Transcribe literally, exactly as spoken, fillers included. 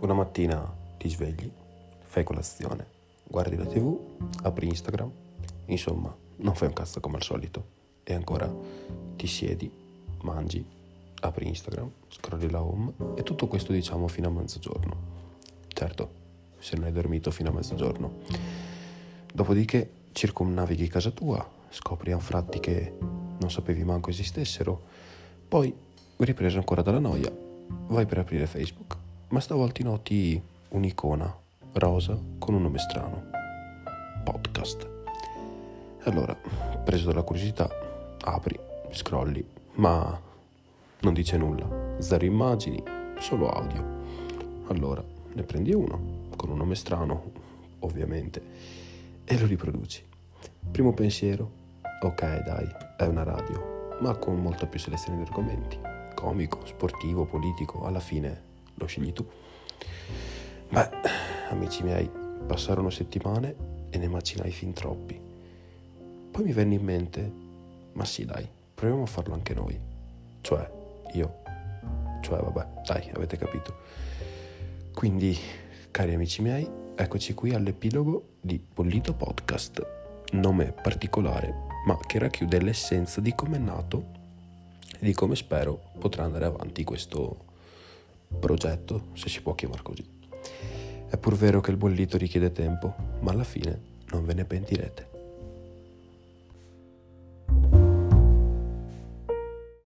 Una mattina ti svegli, fai colazione, guardi la tivù, apri Instagram, insomma, non fai un cazzo come al solito. E ancora ti siedi, mangi, apri Instagram, scrolli la home e tutto questo diciamo fino a mezzogiorno. Certo, se non hai dormito fino a mezzogiorno. Dopodiché circumnavighi casa tua, scopri anfratti che non sapevi manco esistessero, poi, ripreso ancora dalla noia, vai per aprire Facebook, ma stavolta noti un'icona rosa con un nome strano. Podcast. Allora, preso dalla curiosità, apri, scrolli, ma non dice nulla. Zero immagini, solo audio. Allora, ne prendi uno, con un nome strano, ovviamente, e lo riproduci. Primo pensiero, ok dai, è una radio, ma con molta più selezione di argomenti. Comico, sportivo, politico, alla fine lo scegli tu. Beh, amici miei, passarono settimane e ne macinai fin troppi. Poi mi venne in mente, ma sì dai, proviamo a farlo anche noi. Cioè, io. Cioè, vabbè, dai, avete capito. Quindi, cari amici miei, eccoci qui all'epilogo di Bollito Podcast. Nome particolare, ma che racchiude l'essenza di come è nato e di come spero potrà andare avanti questo progetto, se si può chiamare così. È pur vero che il bollito richiede tempo, ma alla fine non ve ne pentirete.